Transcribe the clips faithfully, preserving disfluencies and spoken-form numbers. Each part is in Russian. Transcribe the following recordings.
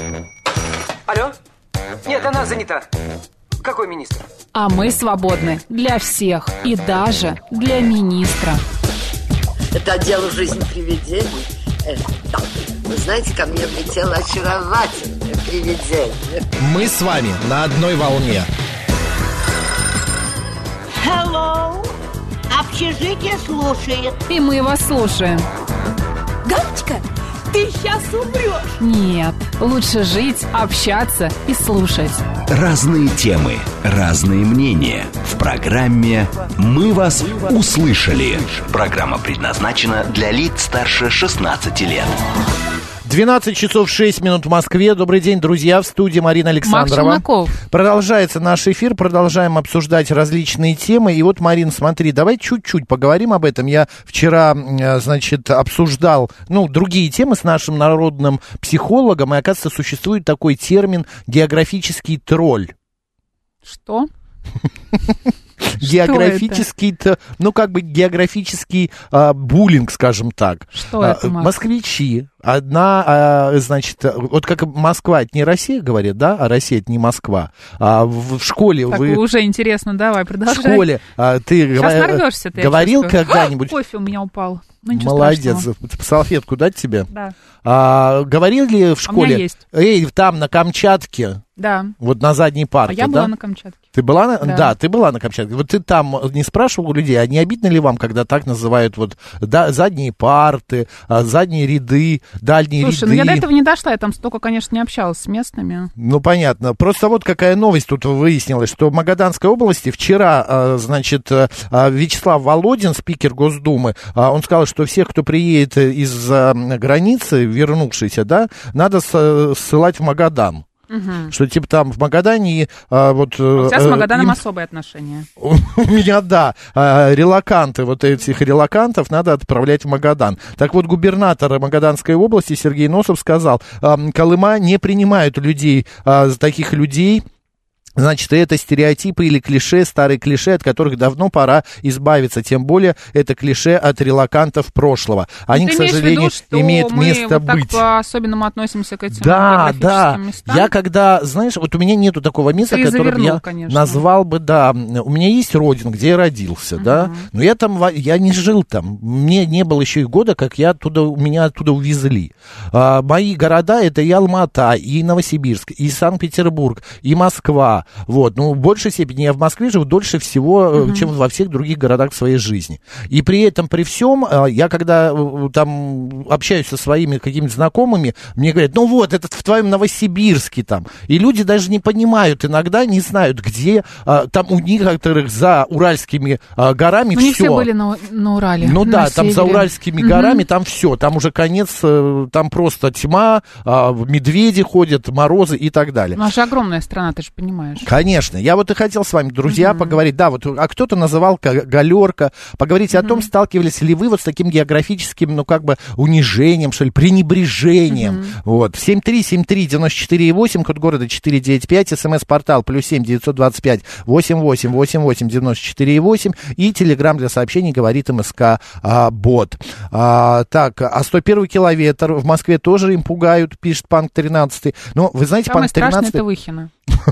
Алло? Нет, она занята. Какой министр? А мы свободны для всех и даже для министра. Это отдел «Жизнь привидений». Э, да. Вы знаете, ко мне влетело очаровательное привидение. Мы с вами на одной волне. Hello. Общежитие слушает. И мы вас слушаем. Галочка, ты сейчас умрешь. Нет, лучше жить, общаться и слушать. Разные темы, разные мнения. В программе «Мы вас услышали». Программа предназначена для лиц старше шестнадцати лет. двенадцать часов шесть минут в Москве. Добрый день, друзья. В студии Марина Александрова. Макс Челноков. Продолжается наш эфир. Продолжаем обсуждать различные темы. И вот, Марин, смотри, давай чуть-чуть поговорим об этом. Я вчера, значит, обсуждал, ну, другие темы с нашим народным психологом. И, оказывается, существует такой термин «географический тролль». Что? Географический, ну, как бы географический а, буллинг, скажем так. Что а, это, Макс? Москвичи. Одна, а, значит, вот как Москва, это не Россия, говорит, да, а Россия это не Москва. А в, в школе так, вы... уже интересно, давай, продолжай. В школе а, ты, Сейчас говор... нарвешься, ты, говорил когда-нибудь... Кофе у меня упал. Ну, молодец. Страшного. Салфетку дать тебе? Да. А, говорил ли в школе... У меня есть. Эй, там, на Камчатке... Да. Вот на задней парте, а я да? была на Камчатке. Ты была на... Да. да, ты была на Камчатке. Вот ты там не спрашивал у людей, а не обидно ли вам, когда так называют вот да, задние парты, задние ряды, дальние Слушай, ряды? Слушай, ну я до этого не дошла, я там столько, конечно, не общалась с местными. Ну, понятно. Просто вот какая новость тут выяснилась, что в Магаданской области вчера, значит, Вячеслав Володин, спикер Госдумы, он сказал, что всех, кто приедет из-за границы, вернувшийся, да, надо ссылать в Магадан. Угу. Что типа там в Магадане а, вот... У тебя с Магаданом им... особые отношения. У меня, да, а, релоканты, вот этих релокантов надо отправлять в Магадан. Так вот, губернатор Магаданской области Сергей Носов сказал, а, Колыма не принимают людей, а, таких людей. Значит, это стереотипы или клише, старые клише, от которых давно пора избавиться. Тем более, это клише от релокантов прошлого. Они, к сожалению, имеют место быть. Мы вот так по-особенному относимся к этим да, да. местам. Я когда, знаешь, вот у меня нету такого места, которое я конечно. назвал бы, да, у меня есть родина, где я родился, uh-huh. да, но я там, я не жил там. Мне не было еще и года, как я оттуда, меня оттуда увезли. А, мои города, это и Алма-Ата, и Новосибирск, и Санкт-Петербург, и Москва. Вот, ну, в большей степени я в Москве живу дольше всего, uh-huh. чем во всех других городах в своей жизни. И при этом, при всем, я когда там общаюсь со своими какими-то знакомыми, мне говорят, ну вот, этот в твоем Новосибирске там. И люди даже не понимают, иногда не знают, где, там у некоторых за Уральскими горами ну, все. Не все были на, на Урале. Ну на да, севере. там за Уральскими uh-huh. горами, там все, там уже конец, там просто тьма, медведи ходят, морозы и так далее. У нас же огромная страна, ты же понимаешь. Конечно. Я вот и хотел с вами, друзья, mm-hmm. поговорить. Да, вот, а кто-то называл галерка. Поговорить mm-hmm. о том, сталкивались ли вы вот с таким географическим, ну, как бы, унижением, что ли, пренебрежением. Mm-hmm. Вот. семь три семь три девяносто четыре восемь, код города четыре девять пять, смс-портал плюс семь девятьсот двадцать пять восемьдесят восемь восемьдесят восемь девяносто четыре восемь и телеграм для сообщений говорит МСК а, бот. А, так, а сто первый километр в Москве тоже им пугают, пишет Панк тринадцать. Ну, вы знаете, Самое Панк тринадцать... страшное это Выхино.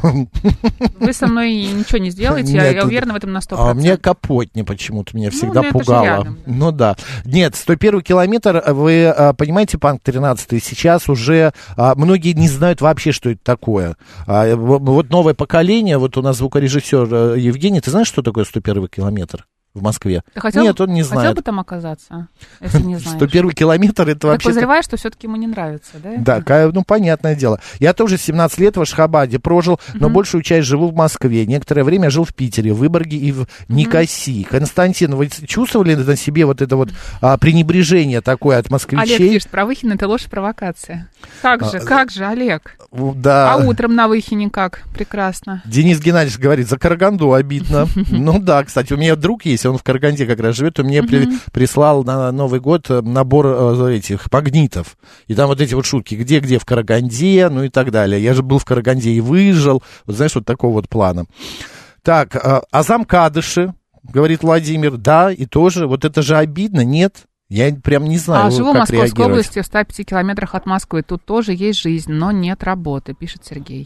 Вы со мной ничего не сделаете, я, я уверена в этом на сто процентов. А мне Капотня почему-то меня всегда ну, пугало. Рядом, да. Ну да. Нет, сто первый километр, вы понимаете, Панк тринадцать, сейчас уже а, многие не знают вообще, что это такое. А, вот новое поколение, вот у нас звукорежиссер Евгений, ты знаешь, что такое сто первый километр? В Москве. Ты хотел, Нет, он не знает. Хотел бы там оказаться, если не знаешь. сто первый километр, это вообще... Так подозреваешь, что все-таки ему не нравится, да? Да, ну, понятное дело. Я тоже семнадцать лет в Ашхабаде прожил, но uh-huh. большую часть живу в Москве. Некоторое время жил в Питере, в Выборге и в Никосии. Uh-huh. Константин, вы чувствовали на себе вот это вот а, пренебрежение такое от москвичей? Олег пишет, про Выхино это ложь, провокация. Как же, а, как же, Олег? Да. А утром на Выхине как? Прекрасно. Денис Геннадьевич говорит, за Караганду обидно. Ну да, кстати, у меня друг есть, он в Караганде как раз живет, он мне uh-huh. прислал на Новый год набор э, этих магнитов. И там вот эти вот шутки, где-где в Караганде, ну и так далее. Я же был в Караганде и выжил. Вот знаешь, вот такого вот плана. Так, э, Азам Кадыши, говорит Владимир, да, и тоже, вот это же обидно, нет? Я прям не знаю, а как живу в Московской реагировать. области, в ста пяти километрах от Москвы. Тут тоже есть жизнь, но нет работы, пишет Сергей.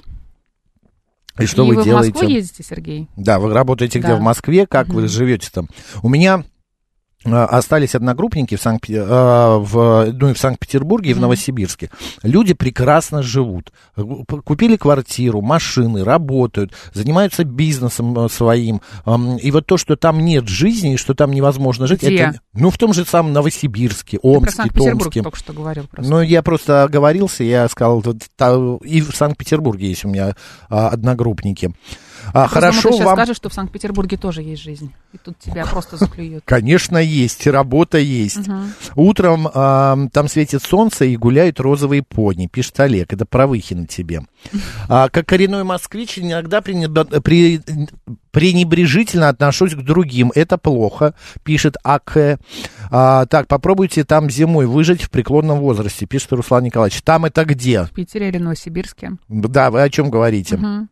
И что И вы, вы делаете? в Москву ездите, Сергей? Да, вы работаете да. где, в Москве? Как угу. вы живете там? У меня... остались одногруппники в, Санкт... в... Ну, и в Санкт-Петербурге, и в Новосибирске. Люди прекрасно живут. Купили квартиру, машины, работают, занимаются бизнесом своим. И вот то, что там нет жизни, и что там невозможно жить... Где? Это... Ну, в том же самом Новосибирске, Омске, Ты про Санкт-Петербург Томске. только что говорил просто. Ну, я просто оговорился, я сказал... И в Санкт-Петербурге есть у меня одногруппники. А, хорошо, ты сейчас вам... скажешь, что в Санкт-Петербурге тоже есть жизнь. И тут тебя просто заклюют. Конечно, есть, работа есть. Угу. Утром а, там светит солнце и гуляют розовые пони, пишет Олег. Это про Выхино тебе. А, как коренной москвич иногда при... пренебрежительно отношусь к другим. Это плохо, пишет АК. А, так, попробуйте там зимой выжить в преклонном возрасте, пишет Руслан Николаевич. Там это где? В Питере или Новосибирске. Да, вы о чем говорите? Угу.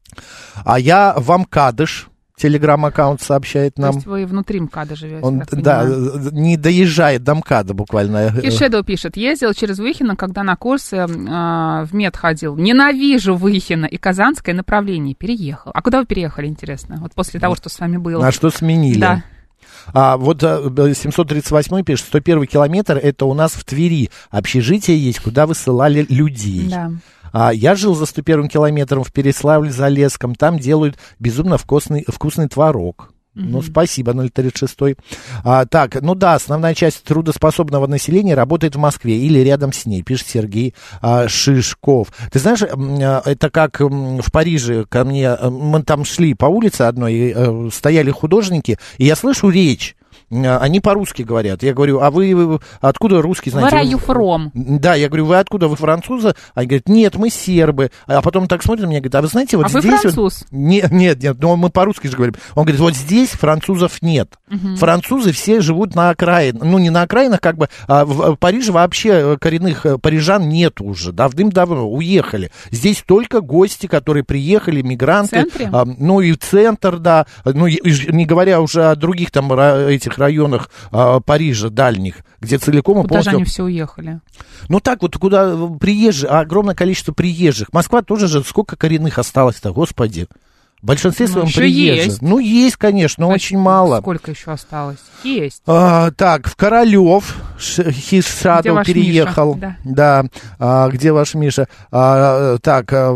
А я в Мкадыш, телеграм-аккаунт сообщает нам. То есть вы внутри МКАДа живете, Он, я да, понимаю. не доезжает до МКАДа буквально. Кишедо пишет, ездил через Выхино, когда на курсы э, в мед ходил. Ненавижу Выхино и Казанское направление. Переехал. А куда вы переехали, интересно? Вот после того, что с вами было. А что сменили? Да. А вот семьсот тридцать восемь пишет, сто первый километр, это у нас в Твери. Общежитие есть, куда высылали людей. Да. А я жил за сто первым километром в Переславле-Залесском. Там делают безумно вкусный, вкусный творог. Mm-hmm. Ну, спасибо, ноль тридцать шесть. А, так, ну да, основная часть трудоспособного населения работает в Москве или рядом с ней, пишет Сергей а, Шишков. Ты знаешь, это как в Париже ко мне, мы там шли по улице одной, и, а, стояли художники, и я слышу речь. Они по-русски говорят. Я говорю, а вы, вы откуда русский знаете? Where are you from? Да, я говорю, вы откуда? Вы французы? Они говорят, нет, мы сербы. А потом так смотрят на меня, говорят, а вы знаете, вот а здесь... вы француз? Вот... Нет, нет, нет, но мы по-русски же говорим. Он говорит, вот здесь французов нет. Угу. Французы все живут на окраинах. Ну, не на окраинах, как бы, а в Париже вообще коренных парижан нет уже. Давным-давно уехали. Здесь только гости, которые приехали, мигранты. В центре? А, ну, и центр, да. Ну, и, не говоря уже о других там этих районах а, Парижа дальних, где целиком и куда полностью... же они все уехали? Ну так вот, куда приезжие, огромное количество приезжих. Москва тоже же, сколько коренных осталось-то, господи. В большинстве своем ну, приезжих. Есть. Ну, есть, конечно, но Значит, очень мало. Сколько еще осталось? Есть. А, так, в Королев Хис-Шаттл переехал. Миша? Да. да. А, где ваш Миша? А, так, а,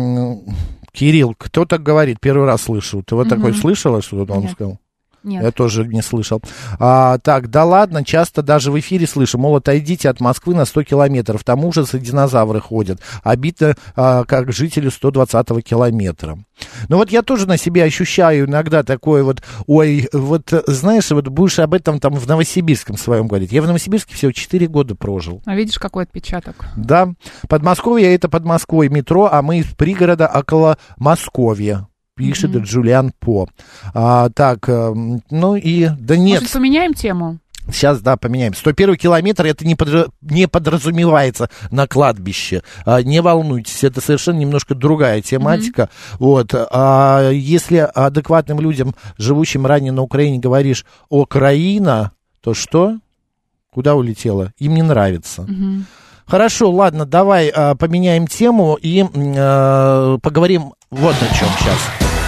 Кирилл, кто так говорит? Первый раз слышу. Ты вот угу. такой слышала, что он Нет. сказал? Нет. Я тоже не слышал. А, так, да ладно, часто даже в эфире слышу, мол, отойдите от Москвы на сто километров, там ужасы, динозавры ходят. Обидно, а, как жителю сто двадцатого километра. Ну вот я тоже на себе ощущаю иногда такое вот, ой, вот знаешь, вот будешь об этом там в Новосибирском своем говорить. Я в Новосибирске всего четыре года прожил. А видишь, какой отпечаток? Да, Подмосковье это под Москвой метро, а мы из пригорода около Московья. Пишет mm-hmm. Джулиан По. А, так, ну и... Да нет. Может, поменяем тему? Сейчас, да, поменяем. сто первый километр, это не, подра... не подразумевается на кладбище. А, не волнуйтесь, это совершенно немножко другая тематика. Mm-hmm. Вот. А если адекватным людям, живущим ранее на Украине, говоришь «Украина», то что? Куда улетела? Им не нравится. Mm-hmm. Хорошо, ладно, давай а, поменяем тему и а, поговорим вот о чем сейчас.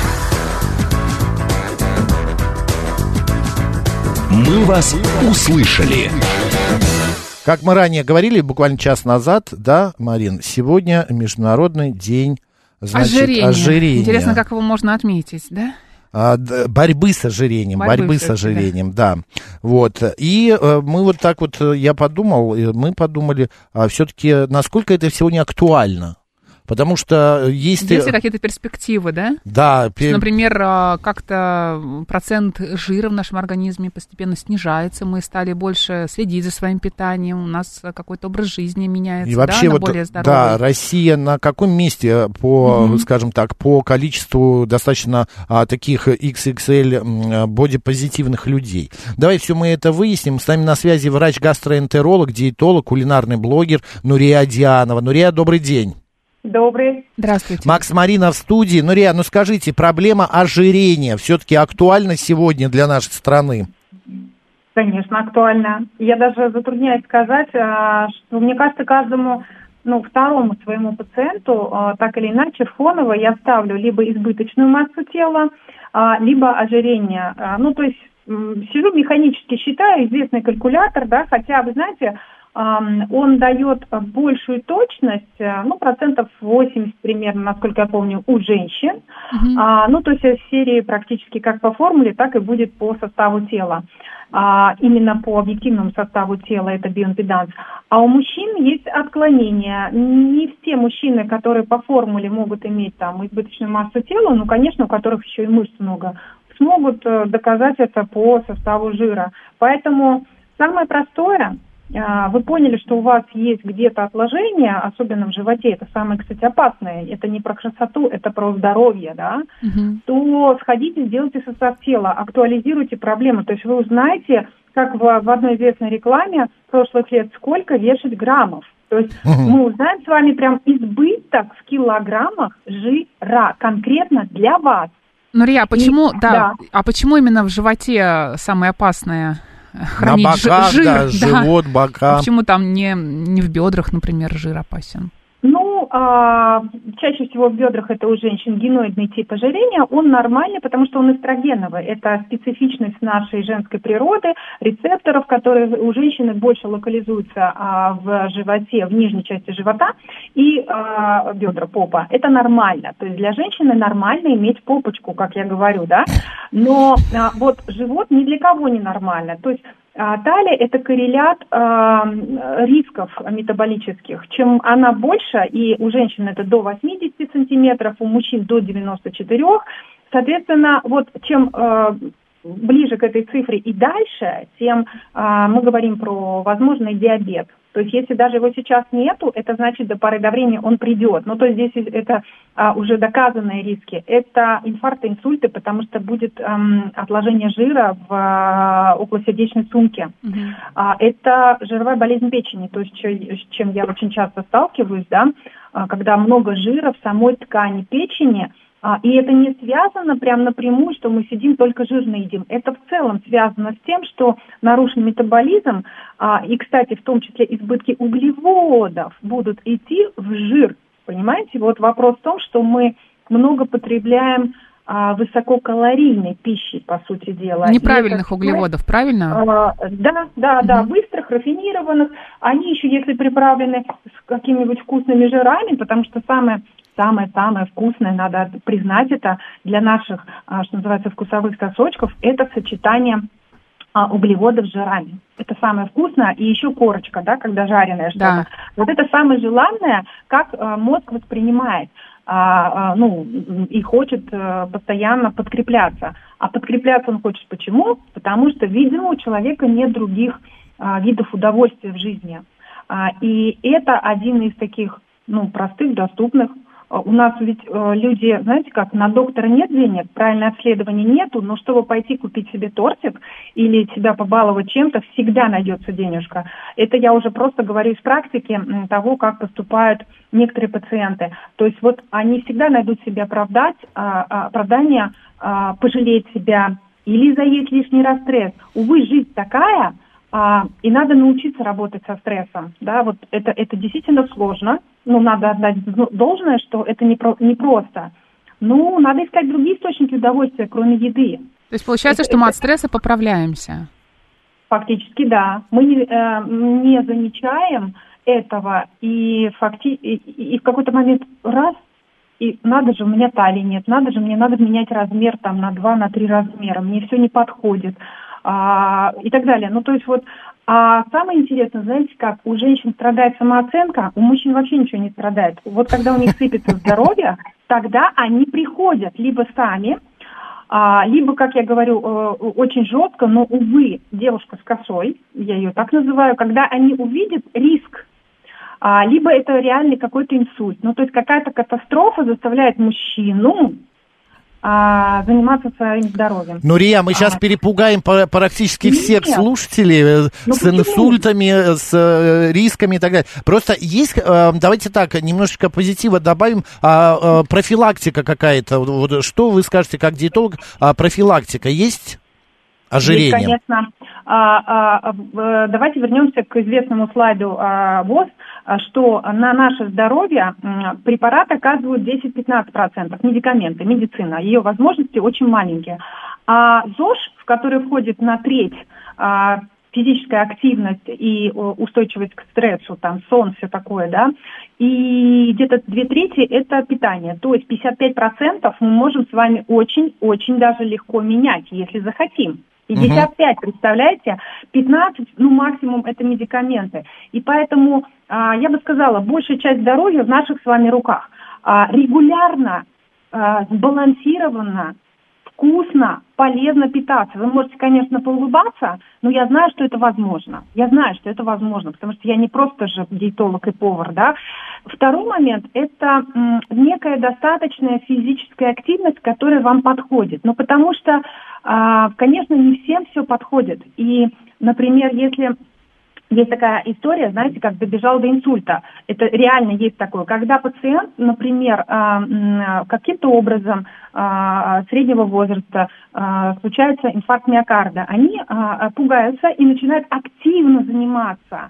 Мы вас услышали. Как мы ранее говорили, буквально час назад, да, Марин, сегодня Международный день, значит, ожирения. ожирения. Интересно, как его можно отметить, да? А, борьбы с ожирением, борьбы, борьбы с ожирением, да. да. Вот. И а, мы вот так вот, я подумал, мы подумали, а, все-таки, насколько это сегодня актуально. Потому что есть... Есть ли какие-то перспективы, да? Да. Пер... Например, как-то процент жира в нашем организме постепенно снижается, мы стали больше следить за своим питанием, у нас какой-то образ жизни меняется, и вообще да, вот, на более здоровый. Да, Россия на каком месте по, угу. скажем так, по количеству достаточно а, таких икс икс эль бодипозитивных людей? Давай все мы это выясним. С нами на связи врач-гастроэнтеролог, диетолог, кулинарный блогер Нурия Дианова. Нурия, добрый день. Добрый. Здравствуйте. Макс Марина в студии. Нурия, ну скажите, проблема ожирения все-таки актуальна сегодня для нашей страны? Конечно, актуально. Я даже затрудняюсь сказать, что, мне кажется, каждому, ну, второму своему пациенту, так или иначе, фоново я ставлю либо избыточную массу тела, либо ожирение. Ну, то есть сижу механически считаю, известный калькулятор, да, хотя, вы знаете, он дает большую точность, ну, процентов восемьдесят примерно, насколько я помню, у женщин. Uh-huh. А, ну, то есть в серии практически как по формуле, так и будет по составу тела. А, именно по объективному составу тела это биоимпеданс. А у мужчин есть отклонения. Не все мужчины, которые по формуле могут иметь там избыточную массу тела, ну, конечно, у которых еще и мышц много, смогут доказать это по составу жира. Поэтому самое простое... Вы поняли, что у вас есть где-то отложение, особенно в животе, это самое, кстати, опасное, это не про красоту, это про здоровье, да, угу. То сходите, сделайте состав тела, актуализируйте проблему, то есть вы узнаете, как в, в одной известной рекламе прошлых лет, сколько вешать граммов. То есть угу. мы узнаем с вами прям избыток в килограммах жира конкретно для вас. Нурия, а почему, И, да, да, а почему именно в животе самое опасное? Хранить на боках, жир, да, да. живот, бока. Почему там не, не в бедрах, например, жир опасен? Ну, а, чаще всего в бедрах это у женщин геноидный тип ожирения, он нормальный, потому что он эстрогеновый. Это специфичность нашей женской природы, рецепторов, которые у женщины больше локализуются а, в животе, в нижней части живота и а, бедра, попа. Это нормально. То есть для женщины нормально иметь попочку, как я говорю, да. Но а, вот живот ни для кого не нормально. То есть талия – это коррелят э, рисков метаболических. Чем она больше, и у женщин это до восемьдесят сантиметров, у мужчин до девяносто четыре, соответственно, вот чем э, ближе к этой цифре и дальше, тем э, мы говорим про возможный диабет. То есть если даже его сейчас нету, это значит, до поры до времени он придет. Ну, то есть здесь это а, уже доказанные риски. Это инфаркты, инсульты, потому что будет ам, отложение жира в а, околосердечной сумке. Uh-huh. А, это жировая болезнь печени, то есть с чем я очень часто сталкиваюсь, да, а, когда много жира в самой ткани печени. А, и это не связано прям напрямую, что мы сидим только жирно едим. Это в целом связано с тем, что нарушен метаболизм, а, и, кстати, в том числе избытки углеводов будут идти в жир. Понимаете? Вот вопрос в том, что мы много потребляем а, высококалорийной пищи, по сути дела. Неправильных углеводов, правильно? А, да, да, угу. да, быстрых, рафинированных. Они еще, если приправлены с какими-нибудь вкусными жирами, потому что самое... Самое-самое вкусное, надо признать это, для наших, что называется, вкусовых сосочков, это сочетание углеводов с жирами. Это самое вкусное. И еще корочка, да, когда жареное что-то. Да. Вот это самое желанное, как мозг воспринимает. А, а, ну, и хочет а, постоянно подкрепляться. А подкрепляться он хочет почему? Потому что, видимо, у человека нет других а, видов удовольствия в жизни. А, и это один из таких, ну, простых, доступных. У нас ведь э, люди, знаете как, на доктора нет денег, правильное обследование нету, но чтобы пойти купить себе тортик или себя побаловать чем-то, всегда найдется денежка. Это я уже просто говорю из практики того, как поступают некоторые пациенты. То есть вот они всегда найдут себе оправдать, а, оправдание, а, пожалеть себя или заесть лишний раз стресс. Увы, жизнь такая, а, и надо научиться работать со стрессом. Да, вот это, это действительно сложно. Ну, надо отдать должное, что это не, про, не просто. Ну, надо искать другие источники удовольствия, кроме еды. То есть получается, это, что мы это... от стресса поправляемся? Фактически, да. Мы не, э, не замечаем этого, и, факти... и, и в какой-то момент раз, и надо же, у меня талии нет, надо же, мне надо менять размер там на два, на три размера, мне все не подходит, а, и так далее. Ну, то есть вот... А самое интересное, знаете, как у женщин страдает самооценка, у мужчин вообще ничего не страдает. Вот когда у них сыпется здоровье, тогда они приходят либо сами, либо, как я говорю, очень жестко, но, увы, девушка с косой, я ее так называю, когда они увидят риск, либо это реальный какой-то инсульт. Ну, то есть какая-то катастрофа заставляет мужчину А, заниматься своим здоровьем. Нурия, мы сейчас а, перепугаем практически всех нет. слушателей ну, с почему? инсультами, с э, рисками и так далее. Просто есть, э, давайте так, немножечко позитива добавим, э, э, профилактика какая-то. Вот, что вы скажете как диетолог, э, профилактика есть? Ожирением. Есть, конечно. А, а, а, давайте вернемся к известному слайду а, ВОЗ, что на наше здоровье препараты оказывают десять-пятнадцать процентов, медикаменты, медицина, ее возможности очень маленькие. А ЗОЖ, в который входит на треть а, физическая активность и устойчивость к стрессу, там, сон, все такое, да, и где-то две трети это питание. То есть пятьдесят пять процентов мы можем с вами очень-очень даже легко менять, если захотим. пятьдесят пять, представляете? пятнадцать, ну, максимум это медикаменты. И поэтому, а, я бы сказала, большая часть здоровья в наших с вами руках. А, регулярно, а, сбалансированно, вкусно, полезно питаться. Вы можете, конечно, поулыбаться, но я знаю, что это возможно. Я знаю, что это возможно, потому что я не просто же диетолог и повар, да. Второй момент – это м, некая достаточная физическая активность, которая вам подходит. Ну, потому что, а, конечно, не всем все подходит. И, например, если... Есть такая история, знаете, как добежал до инсульта. Это реально есть такое. Когда пациент, например, каким-то образом среднего возраста случается инфаркт миокарда, они пугаются и начинают активно заниматься.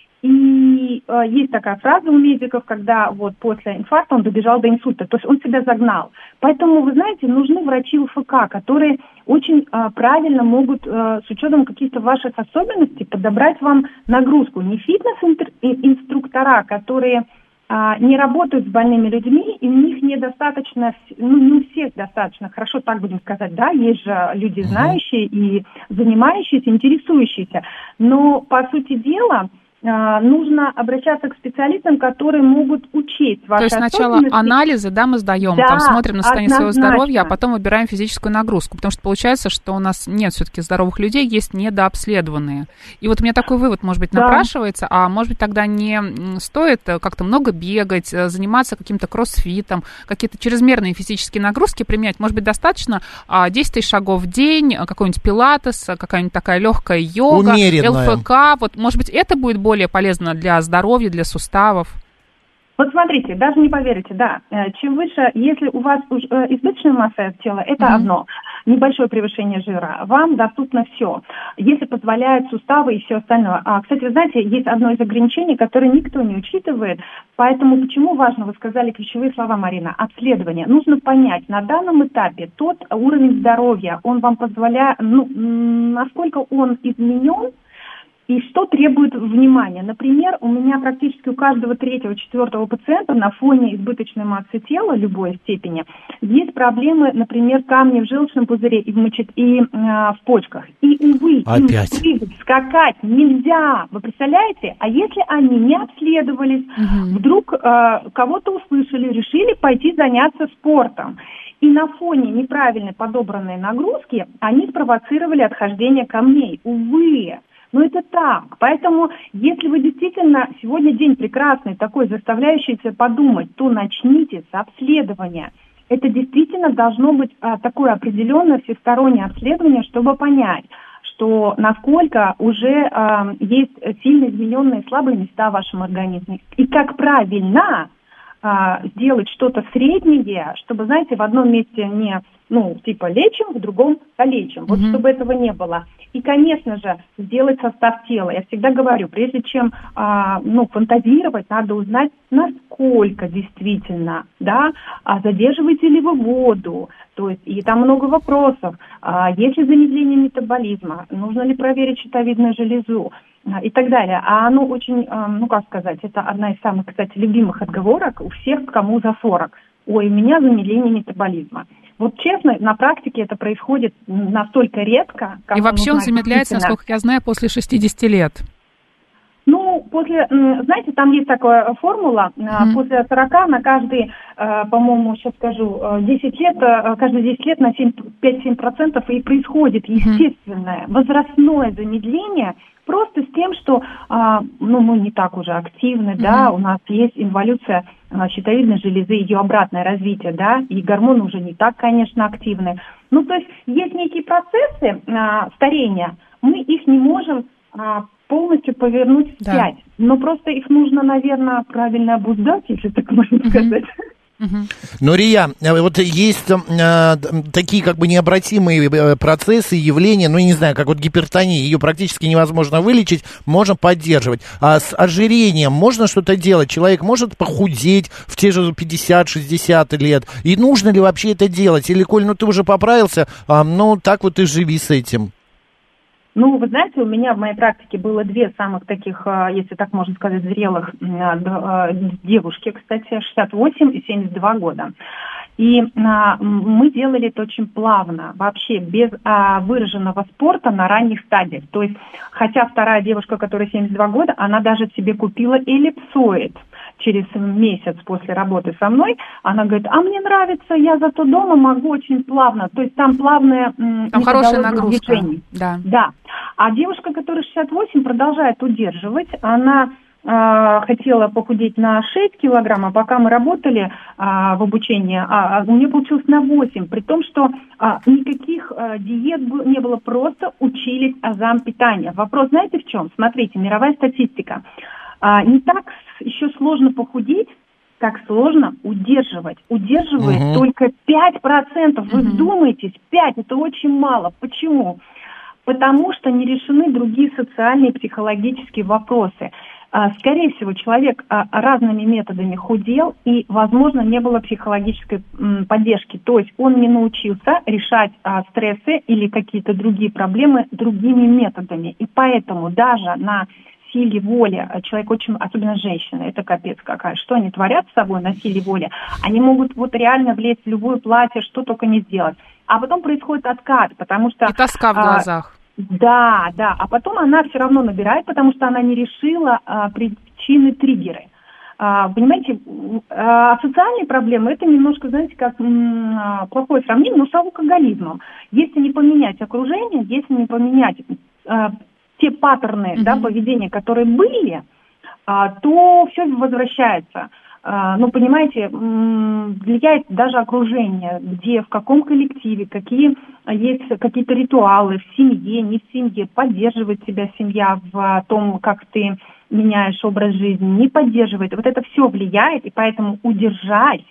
И э, есть такая фраза у медиков, когда вот после инфаркта он добежал до инсульта, то есть он себя загнал. Поэтому, вы знаете, нужны врачи УФК, которые очень э, правильно могут э, с учетом каких-то ваших особенностей подобрать вам нагрузку. Не фитнес-инструктора, которые э, не работают с больными людьми, и у них недостаточно, ну не у всех достаточно, хорошо так будем сказать, да, есть же люди знающие и занимающиеся, интересующиеся, но по сути дела... нужно обращаться к специалистам, которые могут учесть ваши особенности. То есть сначала анализы, да, мы сдаем, да, там смотрим на состояние своего однозначно. здоровья, а потом выбираем физическую нагрузку, потому что получается, что у нас нет все-таки здоровых людей, есть недообследованные. И вот у меня такой вывод, может быть, да. напрашивается, а может быть тогда не стоит как-то много бегать, заниматься каким-то кроссфитом, какие-то чрезмерные физические нагрузки применять. Может быть, достаточно десять тысяч шагов в день, какой-нибудь пилатес, какая-нибудь такая легкая йога, умеренная. ЛФК. Вот, может быть, это будет более более полезно для здоровья, для суставов? Вот смотрите, даже не поверите, да, чем выше, если у вас избыточная масса тела, это mm-hmm. одно, небольшое превышение жира, вам доступно все, если позволяют суставы и все остальное. А, кстати, вы знаете, есть одно из ограничений, которое никто не учитывает, поэтому почему важно, вы сказали ключевые слова, Марина, обследование. Нужно понять, на данном этапе тот уровень здоровья, он вам позволяет, ну, насколько он изменен, и что требует внимания. Например, у меня практически у каждого третьего, четвертого пациента на фоне избыточной массы тела любой степени есть проблемы, например, камни в желчном пузыре и в, моче... и, э, в почках. И, увы, Опять. им прыгать, скакать нельзя. Вы представляете? А если они не обследовались, угу. вдруг э, кого-то услышали, решили пойти заняться спортом. И на фоне неправильно подобранной нагрузки они спровоцировали отхождение камней. Увы. Но это так. Поэтому, если вы действительно, сегодня день прекрасный, такой, заставляющий себя подумать, то начните с обследования. Это действительно должно быть а, такое определенное всестороннее обследование, чтобы понять, что насколько уже а, есть сильно измененные слабые места в вашем организме. И как правильно а, сделать что-то среднее, чтобы, знаете, в одном месте не, ну, типа лечим, в другом калечим. Вот mm-hmm. чтобы этого не было. И, конечно же, сделать состав тела. Я всегда говорю, прежде чем а, ну, фантазировать, надо узнать, насколько действительно, да, а задерживаете ли вы воду, то есть, и там много вопросов. А, есть ли замедление метаболизма, нужно ли проверить щитовидную железу а, и так далее. А оно очень, а, ну, как сказать, это одна из самых, кстати, любимых отговорок у всех, кому за сорок. Ой, у меня замедление метаболизма. Вот честно, на практике это происходит настолько редко. Как и вообще он замедляется, насколько я знаю, после шестидесяти лет. Ну, после, знаете, там есть такая формула, mm-hmm. после сорока на каждые, по-моему, сейчас скажу, десять лет, каждые десять лет на пять-семь процентов и происходит естественное mm-hmm. возрастное замедление, просто с тем, что ну, мы не так уже активны, mm-hmm. да, у нас есть инволюция щитовидной железы, ее обратное развитие, да, и гормоны уже не так, конечно, активны. Ну, то есть есть некие процессы а, старения, мы их не можем а, полностью повернуть вспять, да. но просто их нужно, наверное, правильно обуздать, если так можно mm-hmm. сказать. Угу. Нурия, вот есть э, такие как бы необратимые процессы, явления, ну, я не знаю, как вот гипертония, ее практически невозможно вылечить, можно поддерживать. А с ожирением можно что-то делать? Человек может похудеть в те же пятьдесят-шестьдесят лет? И нужно ли вообще это делать? Или, Коль, ну, ты уже поправился, а, ну, так вот и живи с этим. Ну, вы знаете, у меня в моей практике было две самых таких, если так можно сказать, зрелых девушки, кстати, шестьдесят восемь и семьдесят два года. И а, мы делали это очень плавно, вообще без а, выраженного спорта на ранних стадиях. То есть, хотя вторая девушка, которая семьдесят два года, она даже себе купила эллипсоид. Через месяц после работы со мной, она говорит, а мне нравится, я зато дома могу очень плавно. То есть там плавная там хорошая нагрузка. Да. Да. А девушка, которая шестьдесят восемь, продолжает удерживать. Она э, хотела похудеть на шесть килограмм, а пока мы работали э, в обучении, а, у нее получилось на восемь. При том, что э, никаких э, диет не было, просто учились азам питания. Вопрос знаете в чем? Смотрите, мировая статистика. Э, не так еще сложно похудеть, так сложно удерживать. Удерживает угу. только пять процентов. Вы угу. вдумайтесь, пять это очень мало. Почему? Потому что не решены другие социальные и психологические вопросы. Скорее всего, человек разными методами худел, и, возможно, не было психологической поддержки. То есть он не научился решать стрессы или какие-то другие проблемы другими методами. И поэтому даже на силе воли, человек очень, особенно женщины, это капец какая, что они творят с собой на силе воли, они могут вот реально влезть в любое платье, что только не сделать. А потом происходит откат, потому что... И тоска в глазах. А, да, да, а потом она все равно набирает, потому что она не решила а, причины, триггеры. А, понимаете, а, социальные проблемы, это немножко, знаете, как м, плохое сравнение, но с алкоголизмом. Если не поменять окружение, если не поменять... А, те паттерны mm-hmm. да, поведения, которые были, а, то все возвращается. А, ну, понимаете, м- влияет даже окружение, где, в каком коллективе, какие есть какие-то ритуалы в семье, не в семье, поддерживает тебя семья в том, как ты меняешь образ жизни, не поддерживает. Вот это все влияет, и поэтому удержать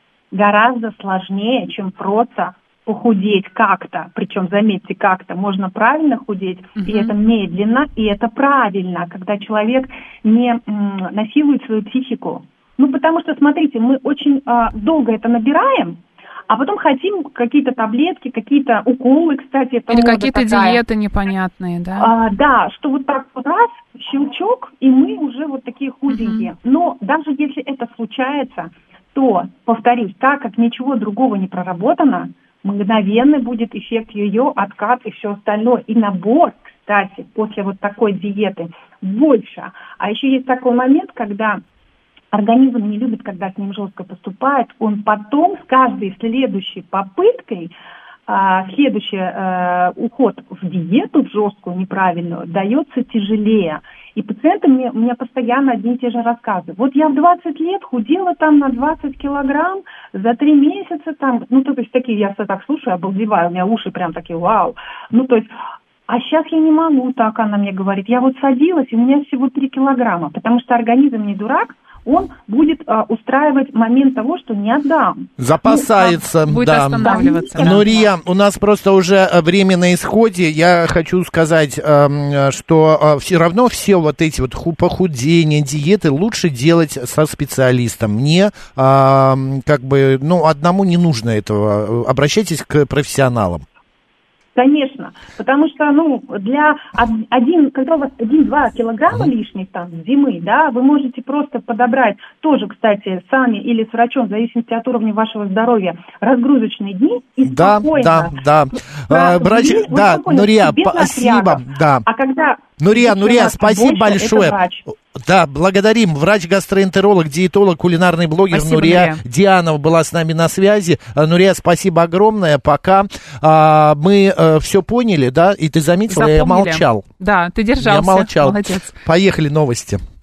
гораздо сложнее, чем просто похудеть как-то, причем, заметьте, как-то, можно правильно худеть, uh-huh. и это медленно, и это правильно, когда человек не м, насилует свою психику. Ну, потому что, смотрите, мы очень а, долго это набираем, а потом хотим какие-то таблетки, какие-то уколы, кстати. Это или какие-то такая. Диеты непонятные, да? А, да, что вот так вот раз, щелчок, и мы уже вот такие худенькие. Uh-huh. Но даже если это случается, то, повторюсь, так как ничего другого не проработано, мгновенно будет эффект ее, откат и все остальное. И набор, кстати, после вот такой диеты больше. А еще есть такой момент, когда организм не любит, когда с ним жестко поступает. Он потом с каждой следующей попыткой, следующий уход в диету, в жесткую, неправильную, дается тяжелее. И пациенты мне, у меня постоянно одни и те же рассказы. Вот я в двадцать лет худела там на двадцать килограмм, за три месяца там, ну, то есть такие, я так слушаю, обалдеваю, у меня уши прям такие, вау. Ну, то есть, а сейчас я не могу, так она мне говорит. Я вот садилась, и у меня всего три килограмма, потому что организм не дурак, он будет а, устраивать момент того, что не отдам. Запасается, ну, а, будет да. останавливаться. Да. Нурия, у нас просто уже время на исходе. Я хочу сказать, что все равно все вот эти вот похудения, диеты лучше делать со специалистом. Не как бы, ну, одному не нужно этого. Обращайтесь к профессионалам. Конечно, потому что, ну, для один, когда у вас один-два килограмма лишних там зимы, да, вы можете просто подобрать тоже, кстати, сами или с врачом, в зависимости от уровня вашего здоровья, разгрузочные дни и да, спокойно. Да, да, да. Врач, да, Нурия, спасибо, да. А когда... Нурия, Нурия, спасибо большое. Да, благодарим. Врач-гастроэнтеролог, диетолог, кулинарный блогер спасибо, Нурия, Нурия Дианова была с нами на связи. Нурия, спасибо огромное. Пока. А, мы а, все поняли, да? И ты заметила, Запомнили. Я молчал. Да, ты держался. Я молчал. Молодец. Поехали новости.